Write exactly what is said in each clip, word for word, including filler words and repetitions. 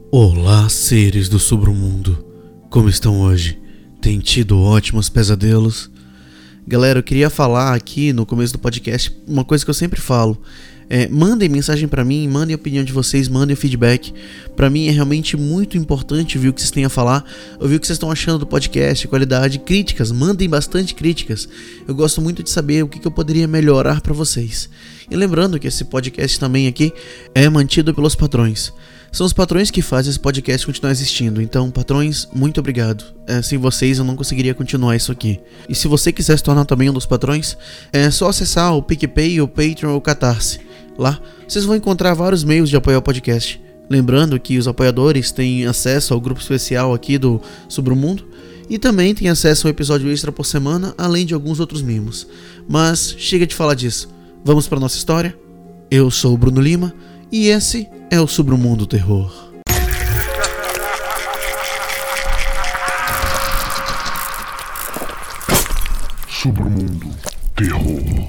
Olá, seres do submundo. Como estão hoje? Tem tido ótimos pesadelos? Galera, eu queria falar aqui no começo do podcast uma coisa que eu sempre falo. É, mandem mensagem pra mim, mandem a opinião de vocês, mandem o feedback. Pra mim é realmente muito importante ouvir o que vocês têm a falar, ouvir o que vocês estão achando do podcast, qualidade, críticas, mandem bastante críticas. Eu gosto muito de saber o que, que eu poderia melhorar pra vocês. E lembrando que esse podcast também aqui é mantido pelos patrões. São os patrões que fazem esse podcast continuar existindo. Então, patrões, muito obrigado. É, sem vocês eu não conseguiria continuar isso aqui. E se você quiser se tornar também um dos patrões, é só acessar o PicPay, o Patreon ou o Catarse. Lá, vocês vão encontrar vários meios de apoiar o podcast. Lembrando que os apoiadores têm acesso ao grupo especial aqui do Submundo e também têm acesso a um episódio extra por semana, além de alguns outros mimos. Mas chega de falar disso. Vamos para nossa história? Eu sou o Bruno Lima e esse é o Submundo Terror. Submundo Terror.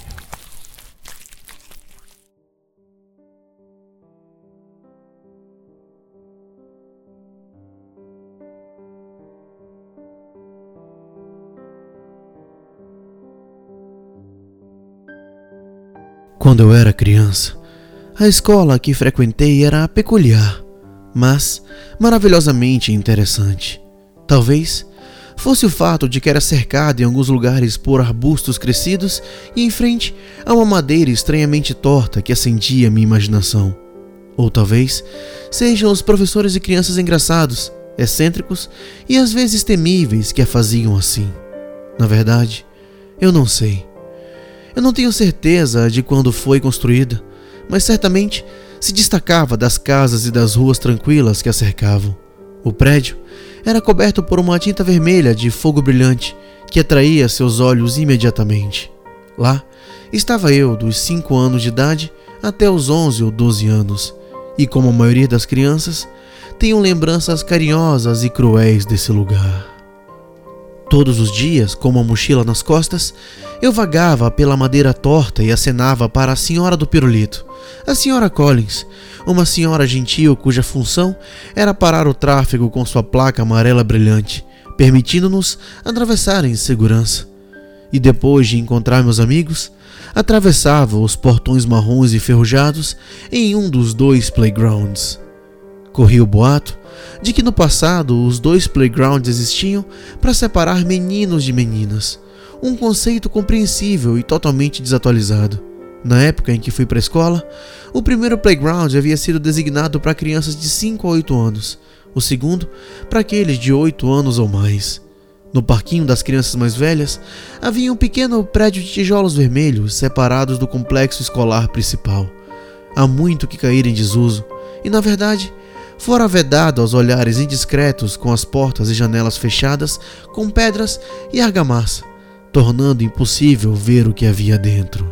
Quando eu era criança, a escola que frequentei era peculiar, mas maravilhosamente interessante. Talvez fosse o fato de que era cercada em alguns lugares por arbustos crescidos e em frente a uma madeira estranhamente torta que acendia minha imaginação. Ou talvez sejam os professores e crianças engraçados, excêntricos e às vezes temíveis que a faziam assim. Na verdade, eu não sei. Eu não tenho certeza de quando foi construída, mas certamente se destacava das casas e das ruas tranquilas que a cercavam. O prédio era coberto por uma tinta vermelha de fogo brilhante que atraía seus olhos imediatamente. Lá estava eu, dos cinco anos de idade até os onze ou doze anos, e como a maioria das crianças, tenho lembranças carinhosas e cruéis desse lugar. Todos os dias, com uma mochila nas costas, eu vagava pela madeira torta e acenava para a senhora do pirulito, a senhora Collins, uma senhora gentil cuja função era parar o tráfego com sua placa amarela brilhante, permitindo-nos atravessar em segurança. E depois de encontrar meus amigos, atravessava os portões marrons enferrujados em um dos dois playgrounds. Corria o boato de que no passado os dois playgrounds existiam para separar meninos de meninas, um conceito compreensível e totalmente desatualizado. Na época em que fui para a escola, o primeiro playground havia sido designado para crianças de cinco a oito anos, o segundo para aqueles de oito anos ou mais. No parquinho das crianças mais velhas, havia um pequeno prédio de tijolos vermelhos separados do complexo escolar principal. Há muito que caíra em desuso e, na verdade, fora vedado aos olhares indiscretos com as portas e janelas fechadas com pedras e argamassa, tornando impossível ver o que havia dentro.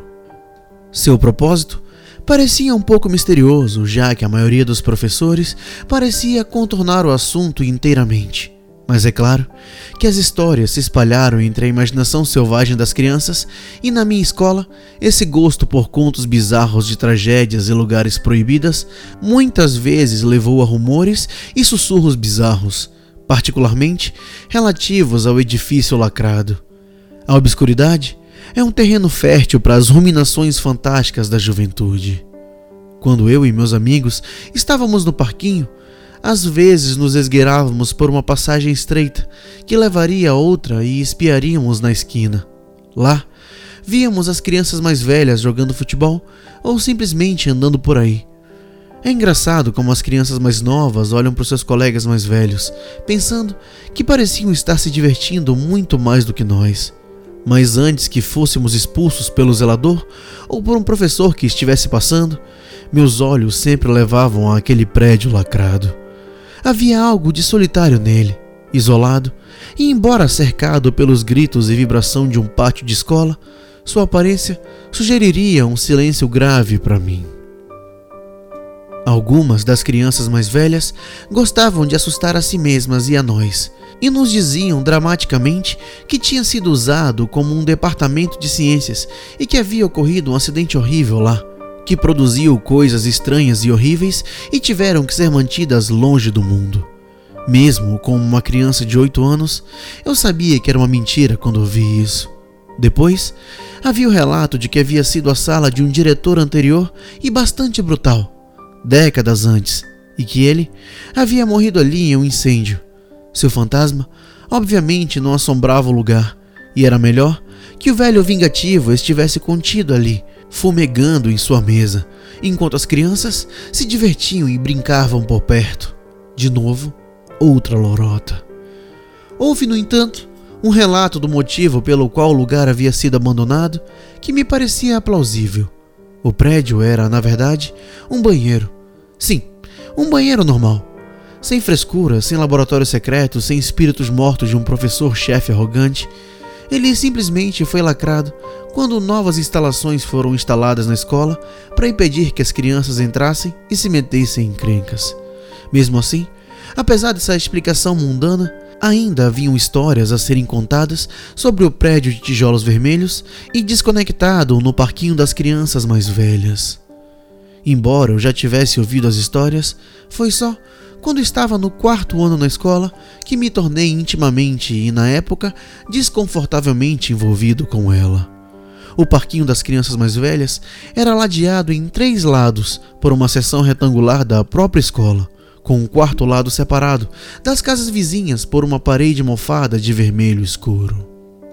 Seu propósito parecia um pouco misterioso, já que a maioria dos professores parecia contornar o assunto inteiramente. Mas é claro que as histórias se espalharam entre a imaginação selvagem das crianças e na minha escola, esse gosto por contos bizarros de tragédias e lugares proibidas muitas vezes levou a rumores e sussurros bizarros, particularmente relativos ao edifício lacrado. A obscuridade é um terreno fértil para as ruminações fantásticas da juventude. Quando eu e meus amigos estávamos no parquinho, às vezes nos esgueirávamos por uma passagem estreita que levaria a outra e espiaríamos na esquina. Lá, víamos as crianças mais velhas jogando futebol ou simplesmente andando por aí. É engraçado como as crianças mais novas olham para os seus colegas mais velhos, pensando que pareciam estar se divertindo muito mais do que nós. Mas antes que fôssemos expulsos pelo zelador ou por um professor que estivesse passando, meus olhos sempre levavam àquele prédio lacrado. Havia algo de solitário nele, isolado, e embora cercado pelos gritos e vibração de um pátio de escola, sua aparência sugeriria um silêncio grave para mim. Algumas das crianças mais velhas gostavam de assustar a si mesmas e a nós, e nos diziam dramaticamente que tinha sido usado como um departamento de ciências e que havia ocorrido um acidente horrível lá, que produziu coisas estranhas e horríveis e tiveram que ser mantidas longe do mundo. Mesmo como uma criança de oito anos, eu sabia que era uma mentira quando ouvi isso. Depois, havia o relato de que havia sido a sala de um diretor anterior e bastante brutal, décadas antes, e que ele havia morrido ali em um incêndio. Seu fantasma, obviamente, não assombrava o lugar, e era melhor que o velho vingativo estivesse contido ali, fumegando em sua mesa, enquanto as crianças se divertiam e brincavam por perto. De novo, outra lorota. Houve, no entanto, um relato do motivo pelo qual o lugar havia sido abandonado que me parecia plausível. O prédio era, na verdade, um banheiro. Sim, um banheiro normal. Sem frescura, sem laboratório secreto, sem espíritos mortos de um professor-chefe arrogante. Ele simplesmente foi lacrado quando novas instalações foram instaladas na escola para impedir que as crianças entrassem e se metessem em encrencas. Mesmo assim, apesar dessa explicação mundana, ainda haviam histórias a serem contadas sobre o prédio de tijolos vermelhos e desconectado no parquinho das crianças mais velhas. Embora eu já tivesse ouvido as histórias, foi só quando estava no quarto ano na escola que me tornei intimamente e, na época, desconfortavelmente envolvido com ela. O parquinho das crianças mais velhas era ladeado em três lados por uma seção retangular da própria escola, com um quarto lado separado das casas vizinhas por uma parede mofada de vermelho escuro.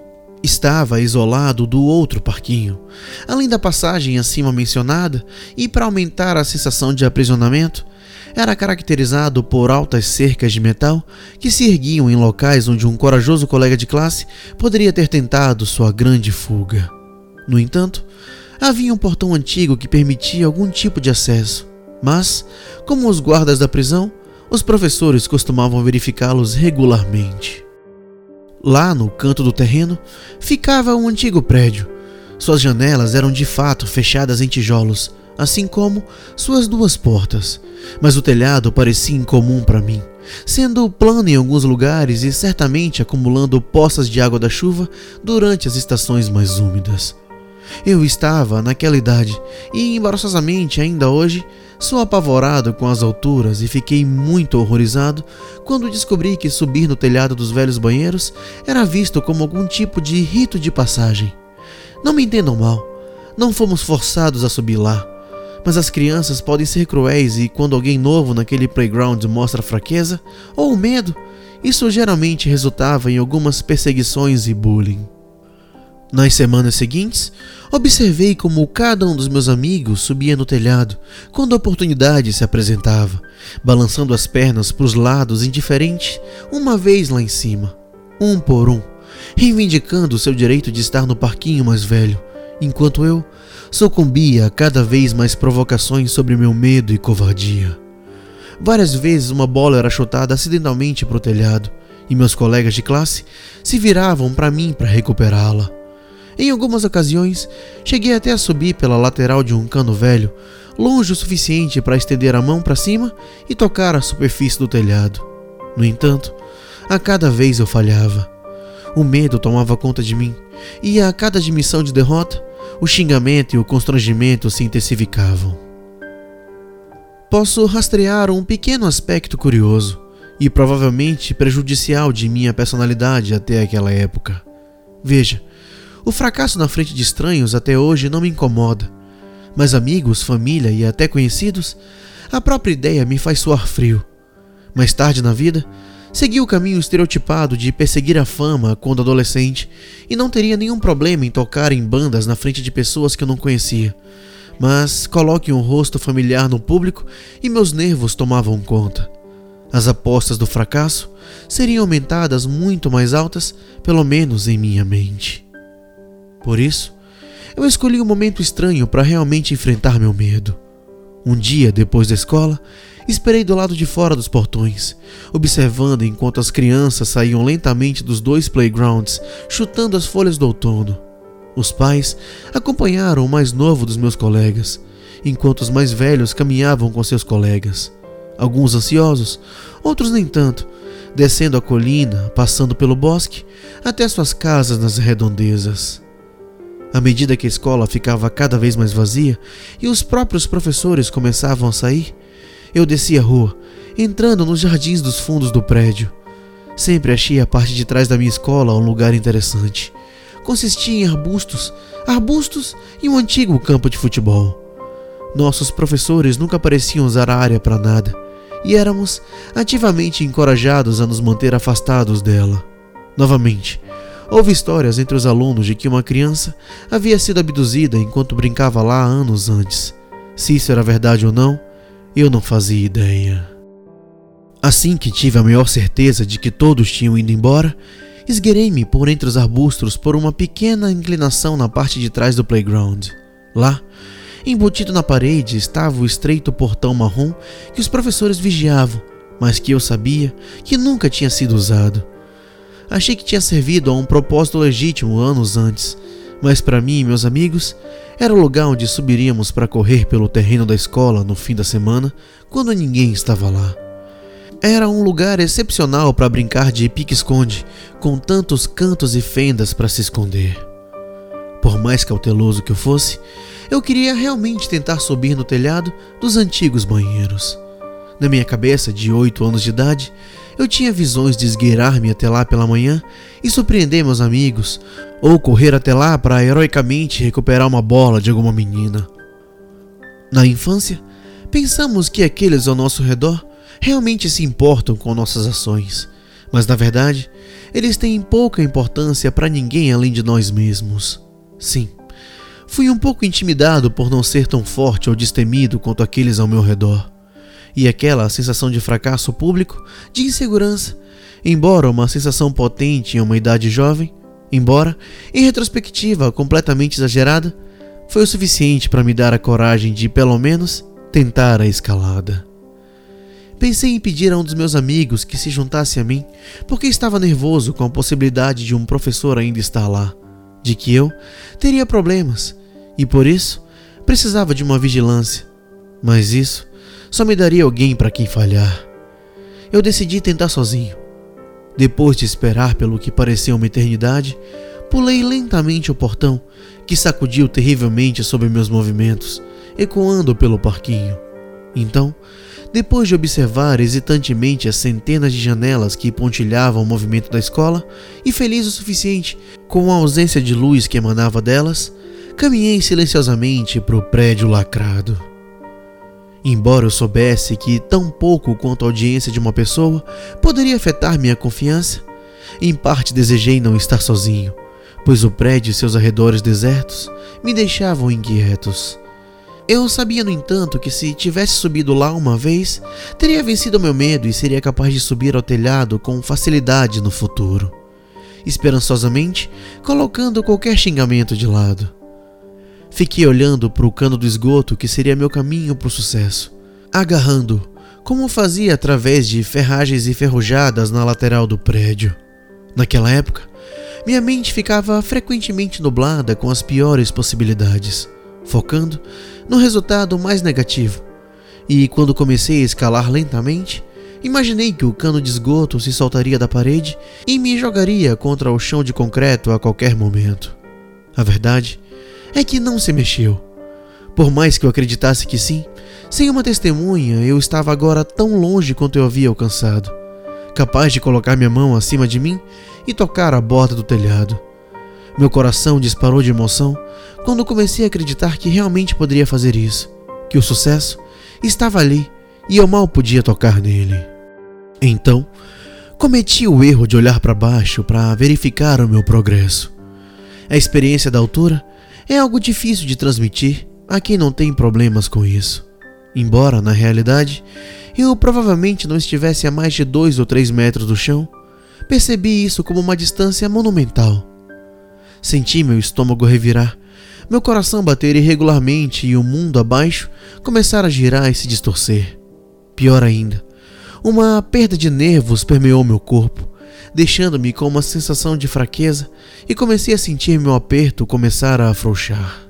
Estava isolado do outro parquinho, além da passagem acima mencionada, e para aumentar a sensação de aprisionamento, era caracterizado por altas cercas de metal que se erguiam em locais onde um corajoso colega de classe poderia ter tentado sua grande fuga. No entanto, havia um portão antigo que permitia algum tipo de acesso, mas, como os guardas da prisão, os professores costumavam verificá-los regularmente. Lá no canto do terreno ficava um antigo prédio. Suas janelas eram de fato fechadas em tijolos, assim como suas duas portas, mas o telhado parecia incomum para mim, sendo plano em alguns lugares e certamente acumulando poças de água da chuva durante as estações mais úmidas. Eu estava naquela idade e, embaraçosamente ainda hoje, sou apavorado com as alturas e fiquei muito horrorizado quando descobri que subir no telhado dos velhos banheiros era visto como algum tipo de rito de passagem. Não me entendam mal, não fomos forçados a subir lá, mas as crianças podem ser cruéis e quando alguém novo naquele playground mostra fraqueza ou medo, isso geralmente resultava em algumas perseguições e bullying. Nas semanas seguintes, observei como cada um dos meus amigos subia no telhado quando a oportunidade se apresentava, balançando as pernas para os lados indiferente, uma vez lá em cima, um por um, reivindicando o seu direito de estar no parquinho mais velho, enquanto eu sucumbia a cada vez mais provocações sobre meu medo e covardia. Várias vezes uma bola era chutada acidentalmente para o telhado e meus colegas de classe se viravam para mim para recuperá-la. Em algumas ocasiões, cheguei até a subir pela lateral de um cano velho, longe o suficiente para estender a mão para cima e tocar a superfície do telhado. No entanto, a cada vez eu falhava. O medo tomava conta de mim, e a cada admissão de derrota, o xingamento e o constrangimento se intensificavam. Posso rastrear um pequeno aspecto curioso e provavelmente prejudicial de minha personalidade até aquela época. Veja, o fracasso na frente de estranhos até hoje não me incomoda, mas amigos, família e até conhecidos, a própria ideia me faz suar frio. Mais tarde na vida, segui o caminho estereotipado de perseguir a fama quando adolescente e não teria nenhum problema em tocar em bandas na frente de pessoas que eu não conhecia. Mas coloque um rosto familiar no público e meus nervos tomavam conta. As apostas do fracasso seriam aumentadas muito mais altas, pelo menos em minha mente. Por isso, eu escolhi um momento estranho para realmente enfrentar meu medo. Um dia depois da escola, esperei do lado de fora dos portões, observando enquanto as crianças saíam lentamente dos dois playgrounds, chutando as folhas do outono. Os pais acompanharam o mais novo dos meus colegas, enquanto os mais velhos caminhavam com seus colegas. Alguns ansiosos, outros nem tanto, descendo a colina, passando pelo bosque, até suas casas nas redondezas. À medida que a escola ficava cada vez mais vazia e os próprios professores começavam a sair, eu descia a rua, entrando nos jardins dos fundos do prédio. Sempre achei a parte de trás da minha escola um lugar interessante. Consistia em arbustos, arbustos e um antigo campo de futebol. Nossos professores nunca pareciam usar a área para nada, e éramos ativamente encorajados a nos manter afastados dela. Novamente, houve histórias entre os alunos de que uma criança havia sido abduzida enquanto brincava lá anos antes. Se isso era verdade ou não, eu não fazia ideia. Assim que tive a maior certeza de que todos tinham ido embora, esgueirei-me por entre os arbustos por uma pequena inclinação na parte de trás do playground. Lá, embutido na parede, estava o estreito portão marrom que os professores vigiavam, mas que eu sabia que nunca tinha sido usado. Achei que tinha servido a um propósito legítimo anos antes, mas para mim e meus amigos, era o lugar onde subiríamos para correr pelo terreno da escola no fim da semana, quando ninguém estava lá. Era um lugar excepcional para brincar de pique-esconde, com tantos cantos e fendas para se esconder. Por mais cauteloso que eu fosse, eu queria realmente tentar subir no telhado dos antigos banheiros. Na minha cabeça, de oito anos de idade, eu tinha visões de esgueirar-me até lá pela manhã e surpreender meus amigos, ou correr até lá para heroicamente recuperar uma bola de alguma menina. Na infância, pensamos que aqueles ao nosso redor realmente se importam com nossas ações, mas na verdade, eles têm pouca importância para ninguém além de nós mesmos. Sim, fui um pouco intimidado por não ser tão forte ou destemido quanto aqueles ao meu redor. E aquela sensação de fracasso público, de insegurança, embora uma sensação potente em uma idade jovem, embora, em retrospectiva, completamente exagerada, foi o suficiente para me dar a coragem de, pelo menos, tentar a escalada. Pensei em pedir a um dos meus amigos que se juntasse a mim, porque estava nervoso com a possibilidade de um professor ainda estar lá, de que eu teria problemas, e por isso precisava de uma vigilância. Mas isso só me daria alguém para quem falhar. Eu decidi tentar sozinho. Depois de esperar pelo que pareceu uma eternidade, pulei lentamente o portão, que sacudiu terrivelmente sobre meus movimentos, ecoando pelo parquinho. Então, depois de observar hesitantemente as centenas de janelas que pontilhavam o movimento da escola, e feliz o suficiente com a ausência de luz que emanava delas, caminhei silenciosamente para o prédio lacrado. Embora eu soubesse que tão pouco quanto a audiência de uma pessoa poderia afetar minha confiança, em parte desejei não estar sozinho, pois o prédio e seus arredores desertos me deixavam inquietos. Eu sabia, no entanto, que se tivesse subido lá uma vez, teria vencido meu medo e seria capaz de subir ao telhado com facilidade no futuro, esperançosamente colocando qualquer xingamento de lado. Fiquei olhando para o cano do esgoto que seria meu caminho para o sucesso, agarrando, como fazia através de ferragens enferrujadas na lateral do prédio. Naquela época, minha mente ficava frequentemente nublada com as piores possibilidades, focando no resultado mais negativo. E quando comecei a escalar lentamente, imaginei que o cano de esgoto se soltaria da parede e me jogaria contra o chão de concreto a qualquer momento. A verdade é que não se mexeu. Por mais que eu acreditasse que sim, sem uma testemunha, eu estava agora tão longe quanto eu havia alcançado, capaz de colocar minha mão acima de mim e tocar a borda do telhado. Meu coração disparou de emoção quando comecei a acreditar que realmente poderia fazer isso, que o sucesso estava ali e eu mal podia tocar nele. Então, cometi o erro de olhar para baixo para verificar o meu progresso. A experiência da altura é algo difícil de transmitir a quem não tem problemas com isso. Embora, na realidade, eu provavelmente não estivesse a mais de dois ou três metros do chão, percebi isso como uma distância monumental. Senti meu estômago revirar, meu coração bater irregularmente e o mundo abaixo começar a girar e se distorcer. Pior ainda, uma perda de nervos permeou meu corpo, deixando-me com uma sensação de fraqueza, e comecei a sentir meu aperto começar a afrouxar.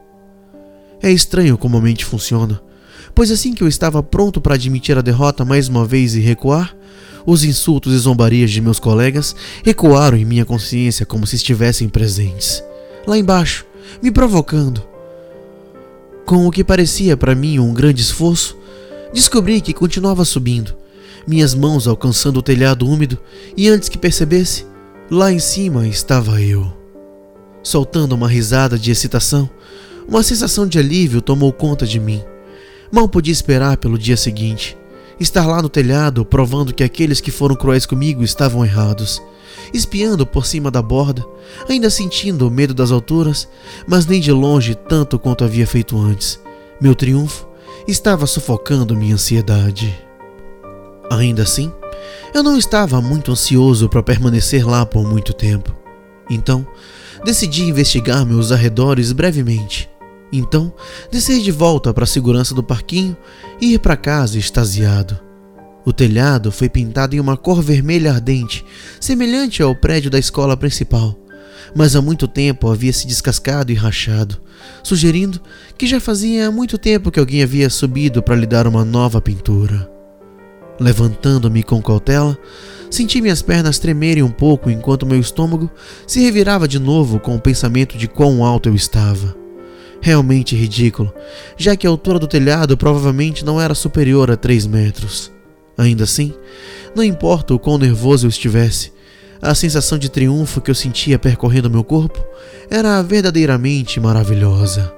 É estranho como a mente funciona, pois assim que eu estava pronto para admitir a derrota mais uma vez e recuar, os insultos e zombarias de meus colegas ecoaram em minha consciência como se estivessem presentes. Lá embaixo, me provocando. Com o que parecia para mim um grande esforço, descobri que continuava subindo, minhas mãos alcançando o telhado úmido, e antes que percebesse, lá em cima estava eu. Soltando uma risada de excitação, uma sensação de alívio tomou conta de mim. Mal podia esperar pelo dia seguinte. Estar lá no telhado, provando que aqueles que foram cruéis comigo estavam errados. Espiando por cima da borda, ainda sentindo o medo das alturas, mas nem de longe tanto quanto havia feito antes. Meu triunfo estava sufocando minha ansiedade. Ainda assim, eu não estava muito ansioso para permanecer lá por muito tempo. Então, decidi investigar meus arredores brevemente. Então, descer de volta para a segurança do parquinho e ir para casa extasiado. O telhado foi pintado em uma cor vermelha ardente, semelhante ao prédio da escola principal, mas há muito tempo havia se descascado e rachado, sugerindo que já fazia muito tempo que alguém havia subido para lhe dar uma nova pintura. Levantando-me com cautela, senti minhas pernas tremerem um pouco enquanto meu estômago se revirava de novo com o pensamento de quão alto eu estava. Realmente ridículo, já que a altura do telhado provavelmente não era superior a três metros. Ainda assim, não importa o quão nervoso eu estivesse, a sensação de triunfo que eu sentia percorrendo meu corpo era verdadeiramente maravilhosa.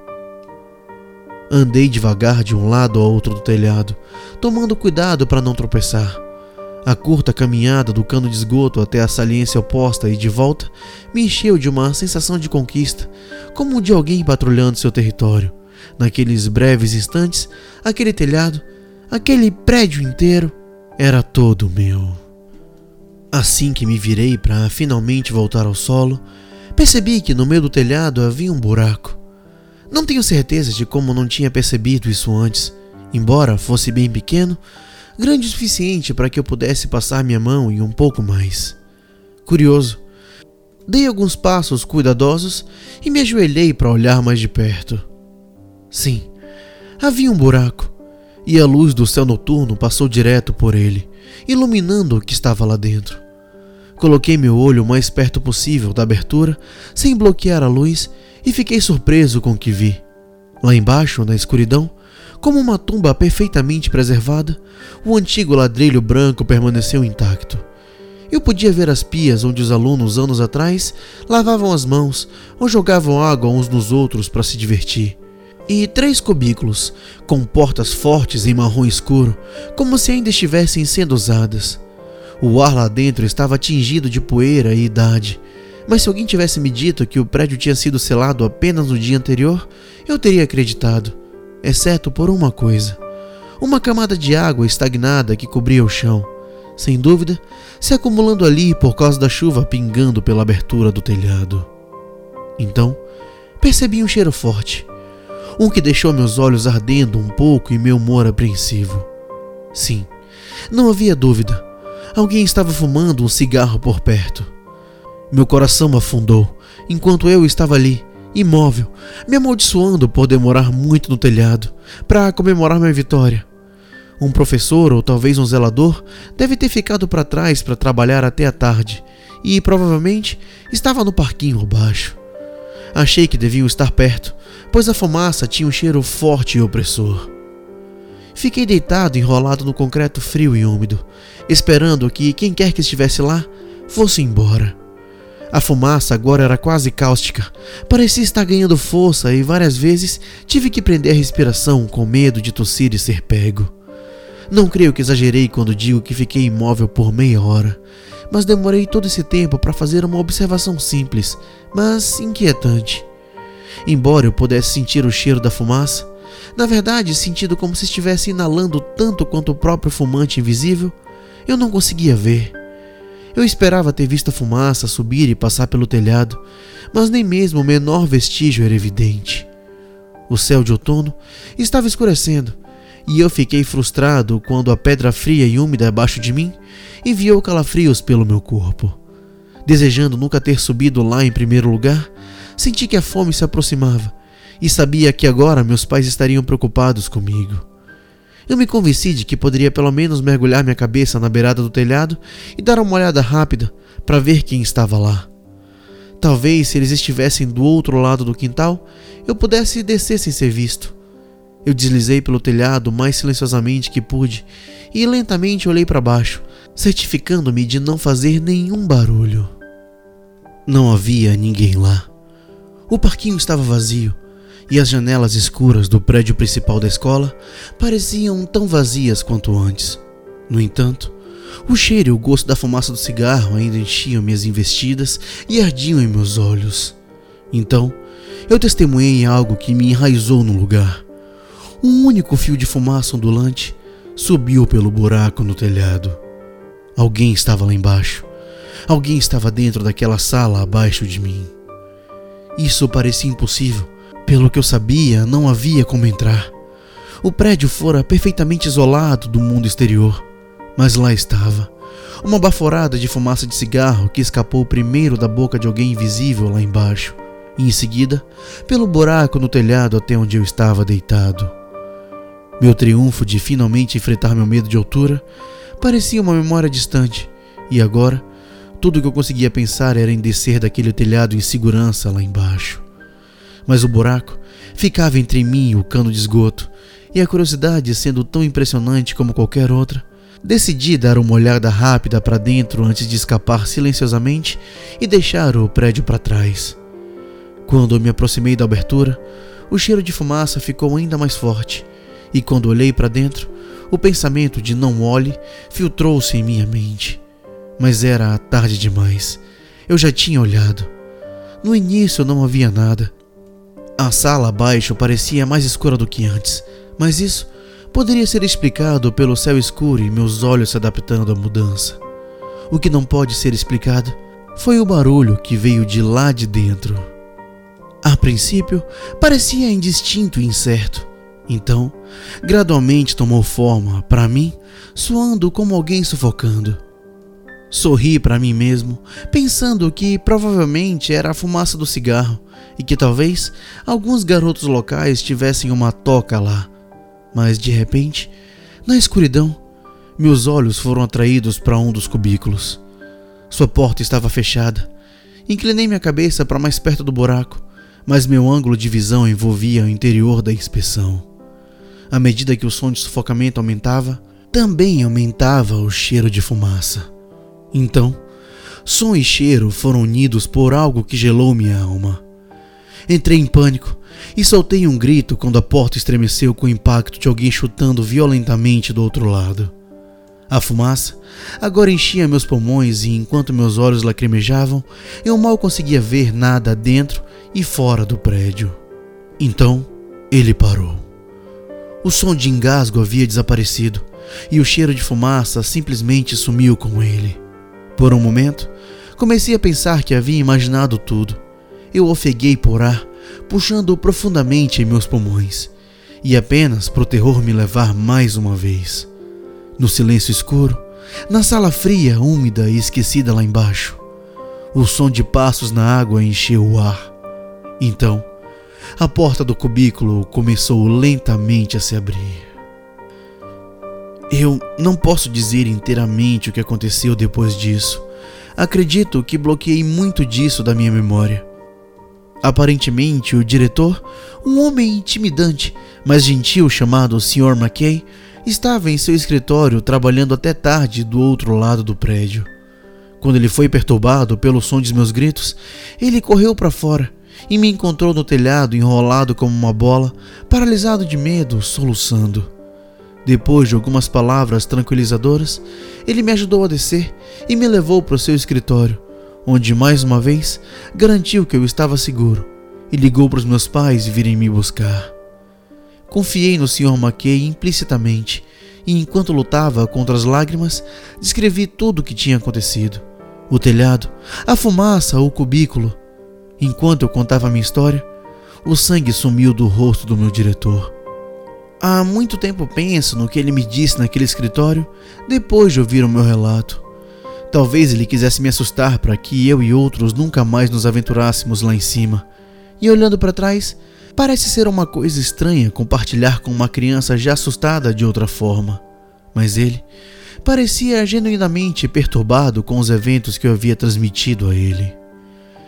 Andei devagar de um lado ao outro do telhado, tomando cuidado para não tropeçar. A curta caminhada do cano de esgoto até a saliência oposta e de volta me encheu de uma sensação de conquista, como de alguém patrulhando seu território. Naqueles breves instantes, aquele telhado, aquele prédio inteiro, era todo meu. Assim que me virei para finalmente voltar ao solo, percebi que no meio do telhado havia um buraco. Não tenho certeza de como não tinha percebido isso antes, embora fosse bem pequeno, grande o suficiente para que eu pudesse passar minha mão e um pouco mais. Curioso, dei alguns passos cuidadosos e me ajoelhei para olhar mais de perto. Sim, havia um buraco, e a luz do céu noturno passou direto por ele, iluminando o que estava lá dentro. Coloquei meu olho o mais perto possível da abertura, sem bloquear a luz, e fiquei surpreso com o que vi. Lá embaixo, na escuridão, como uma tumba perfeitamente preservada, o antigo ladrilho branco permaneceu intacto. Eu podia ver as pias onde os alunos, anos atrás, lavavam as mãos ou jogavam água uns nos outros para se divertir. E três cubículos, com portas fortes em marrom escuro, como se ainda estivessem sendo usadas. O ar lá dentro estava tingido de poeira e idade, mas se alguém tivesse me dito que o prédio tinha sido selado apenas no dia anterior, eu teria acreditado. Exceto por uma coisa, uma camada de água estagnada que cobria o chão, sem dúvida, se acumulando ali por causa da chuva pingando pela abertura do telhado. Então, percebi um cheiro forte, um que deixou meus olhos ardendo um pouco e meu humor apreensivo. Sim, não havia dúvida, alguém estava fumando um cigarro por perto. Meu coração afundou, enquanto eu estava ali, imóvel, me amaldiçoando por demorar muito no telhado, para comemorar minha vitória. Um professor ou talvez um zelador deve ter ficado para trás para trabalhar até a tarde e provavelmente estava no parquinho abaixo. Achei que deviam estar perto, pois a fumaça tinha um cheiro forte e opressor. Fiquei deitado enrolado no concreto frio e úmido, esperando que quem quer que estivesse lá fosse embora. A fumaça agora era quase cáustica, parecia estar ganhando força e várias vezes tive que prender a respiração com medo de tossir e ser pego. Não creio que exagerei quando digo que fiquei imóvel por meia hora, mas demorei todo esse tempo para fazer uma observação simples, mas inquietante. Embora eu pudesse sentir o cheiro da fumaça, na verdade sentido como se estivesse inalando tanto quanto o próprio fumante invisível, eu não conseguia ver. Eu esperava ter visto a fumaça subir e passar pelo telhado, mas nem mesmo o menor vestígio era evidente. O céu de outono estava escurecendo, e eu fiquei frustrado quando a pedra fria e úmida abaixo de mim enviou calafrios pelo meu corpo. Desejando nunca ter subido lá em primeiro lugar, senti que a fome se aproximava, e sabia que agora meus pais estariam preocupados comigo. Eu me convenci de que poderia pelo menos mergulhar minha cabeça na beirada do telhado e dar uma olhada rápida para ver quem estava lá. Talvez, se eles estivessem do outro lado do quintal, eu pudesse descer sem ser visto. Eu deslizei pelo telhado o mais silenciosamente que pude e lentamente olhei para baixo, certificando-me de não fazer nenhum barulho. Não havia ninguém lá. O parquinho estava vazio e as janelas escuras do prédio principal da escola pareciam tão vazias quanto antes. No entanto, o cheiro e o gosto da fumaça do cigarro ainda enchiam minhas investidas e ardiam em meus olhos. Então, eu testemunhei algo que me enraizou no lugar. Um único fio de fumaça ondulante subiu pelo buraco no telhado. Alguém estava lá embaixo. Alguém estava dentro daquela sala abaixo de mim. Isso parecia impossível. Pelo que eu sabia, não havia como entrar. O prédio fora perfeitamente isolado do mundo exterior. Mas lá estava, uma baforada de fumaça de cigarro que escapou primeiro da boca de alguém invisível lá embaixo, e em seguida, pelo buraco no telhado até onde eu estava deitado. Meu triunfo de finalmente enfrentar meu medo de altura parecia uma memória distante, e agora, tudo o que eu conseguia pensar era em descer daquele telhado em segurança lá embaixo. Mas o buraco ficava entre mim e o cano de esgoto, e a curiosidade sendo tão impressionante como qualquer outra, decidi dar uma olhada rápida para dentro antes de escapar silenciosamente e deixar o prédio para trás. Quando eu me aproximei da abertura, o cheiro de fumaça ficou ainda mais forte, e quando olhei para dentro, o pensamento de não olhe filtrou-se em minha mente. Mas era tarde demais. Eu já tinha olhado. No início não havia nada. A sala abaixo parecia mais escura do que antes, mas isso poderia ser explicado pelo céu escuro e meus olhos se adaptando à mudança. O que não pode ser explicado foi o barulho que veio de lá de dentro. A princípio, parecia indistinto e incerto. Então, gradualmente tomou forma, para mim, soando como alguém sufocando. Sorri para mim mesmo, pensando que provavelmente era a fumaça do cigarro e que talvez alguns garotos locais tivessem uma toca lá. Mas, de repente, na escuridão, meus olhos foram atraídos para um dos cubículos. Sua porta estava fechada. Inclinei minha cabeça para mais perto do buraco, mas meu ângulo de visão envolvia o interior da inspeção. À medida que o som de sufocamento aumentava, também aumentava o cheiro de fumaça. Então, som e cheiro foram unidos por algo que gelou minha alma. Entrei em pânico e soltei um grito quando a porta estremeceu com o impacto de alguém chutando violentamente do outro lado. A fumaça agora enchia meus pulmões e enquanto meus olhos lacrimejavam, eu mal conseguia ver nada dentro e fora do prédio. Então, ele parou. O som de engasgo havia desaparecido e o cheiro de fumaça simplesmente sumiu com ele. Por um momento, comecei a pensar que havia imaginado tudo. Eu ofeguei por ar, puxando profundamente em meus pulmões, e apenas para o terror me levar mais uma vez. No silêncio escuro, na sala fria, úmida e esquecida lá embaixo, o som de passos na água encheu o ar. Então, a porta do cubículo começou lentamente a se abrir. Eu não posso dizer inteiramente o que aconteceu depois disso. Acredito que bloqueei muito disso da minha memória. Aparentemente, o diretor, um homem intimidante, mas gentil chamado senhor McKay, estava em seu escritório trabalhando até tarde do outro lado do prédio. Quando ele foi perturbado pelo som de meus gritos, ele correu para fora e me encontrou no telhado enrolado como uma bola, paralisado de medo, soluçando. Depois de algumas palavras tranquilizadoras, ele me ajudou a descer e me levou para o seu escritório, onde mais uma vez garantiu que eu estava seguro e ligou para os meus pais virem me buscar. Confiei no senhor McKay implicitamente e enquanto lutava contra as lágrimas, descrevi tudo o que tinha acontecido. O telhado, a fumaça, o cubículo. Enquanto eu contava a minha história, o sangue sumiu do rosto do meu diretor. Há muito tempo penso no que ele me disse naquele escritório depois de ouvir o meu relato. Talvez ele quisesse me assustar para que eu e outros nunca mais nos aventurássemos lá em cima. E olhando para trás, parece ser uma coisa estranha compartilhar com uma criança já assustada de outra forma. Mas ele parecia genuinamente perturbado com os eventos que eu havia transmitido a ele.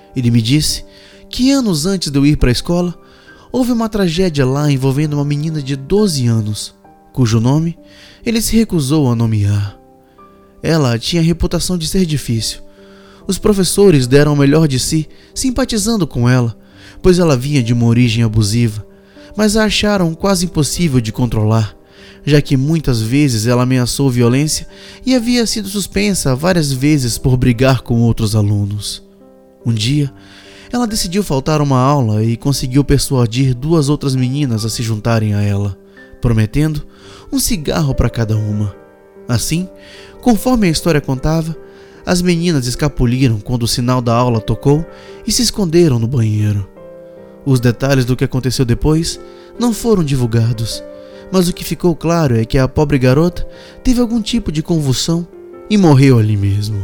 Ele me disse que anos antes de eu ir para a escola, houve uma tragédia lá envolvendo uma menina de doze anos, cujo nome ele se recusou a nomear. Ela tinha a reputação de ser difícil. Os professores deram o melhor de si, simpatizando com ela, pois ela vinha de uma origem abusiva, mas a acharam quase impossível de controlar, já que muitas vezes ela ameaçou violência e havia sido suspensa várias vezes por brigar com outros alunos. Um dia, ela decidiu faltar uma aula e conseguiu persuadir duas outras meninas a se juntarem a ela, prometendo um cigarro para cada uma. Assim, conforme a história contava, as meninas escapuliram quando o sinal da aula tocou e se esconderam no banheiro. Os detalhes do que aconteceu depois não foram divulgados, mas o que ficou claro é que a pobre garota teve algum tipo de convulsão e morreu ali mesmo.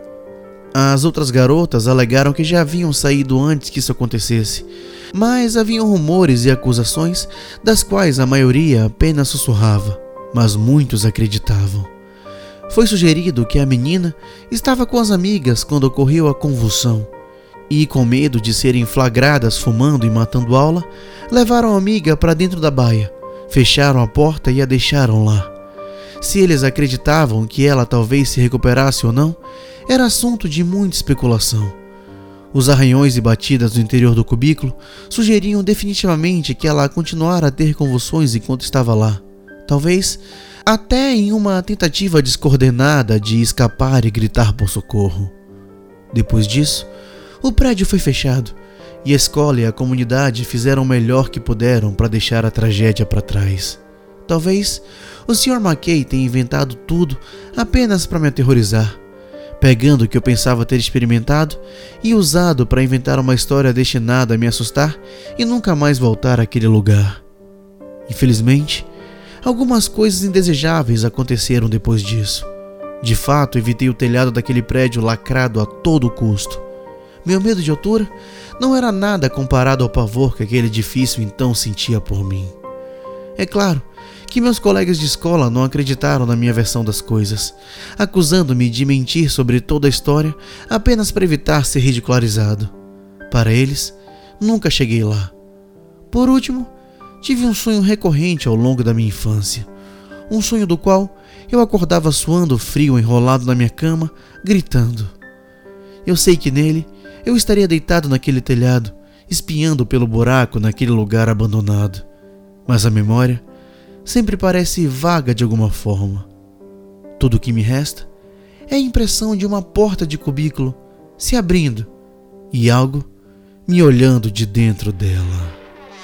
As outras garotas alegaram que já haviam saído antes que isso acontecesse, mas haviam rumores e acusações das quais a maioria apenas sussurrava, mas muitos acreditavam. Foi sugerido que a menina estava com as amigas quando ocorreu a convulsão e, com medo de serem flagradas fumando e matando aula, levaram a amiga para dentro da baia, fecharam a porta e a deixaram lá. Se eles acreditavam que ela talvez se recuperasse ou não, era assunto de muita especulação. Os arranhões e batidas no interior do cubículo sugeriam definitivamente que ela continuara a ter convulsões enquanto estava lá, talvez até em uma tentativa descoordenada de escapar e gritar por socorro. Depois disso, o prédio foi fechado e a escola e a comunidade fizeram o melhor que puderam para deixar a tragédia para trás. Talvez o senhor McKay tenha inventado tudo apenas para me aterrorizar, pegando o que eu pensava ter experimentado e usado para inventar uma história destinada a me assustar e nunca mais voltar àquele lugar. Infelizmente, algumas coisas indesejáveis aconteceram depois disso. De fato, evitei o telhado daquele prédio lacrado a todo custo. Meu medo de altura não era nada comparado ao pavor que aquele edifício então sentia por mim. É claro que meus colegas de escola não acreditaram na minha versão das coisas, acusando-me de mentir sobre toda a história apenas para evitar ser ridicularizado. Para eles, nunca cheguei lá. Por último, tive um sonho recorrente ao longo da minha infância. Um sonho do qual eu acordava suando frio enrolado na minha cama, gritando. Eu sei que nele eu estaria deitado naquele telhado, espiando pelo buraco naquele lugar abandonado. Mas a memória sempre parece vaga de alguma forma. Tudo o que me resta é a impressão de uma porta de cubículo se abrindo e algo me olhando de dentro dela.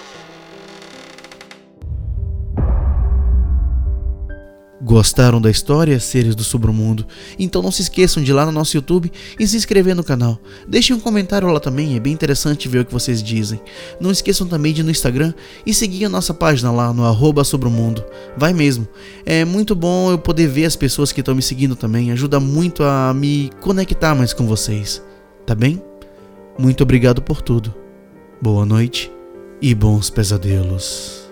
Gostaram da história, seres do submundo? Então não se esqueçam de ir lá no nosso YouTube e se inscrever no canal. Deixem um comentário lá também, é bem interessante ver o que vocês dizem. Não esqueçam também de ir no Instagram e seguir a nossa página lá no arroba sobremundo. Vai mesmo, é muito bom eu poder ver as pessoas que estão me seguindo também, ajuda muito a me conectar mais com vocês, tá bem? Muito obrigado por tudo, boa noite e bons pesadelos.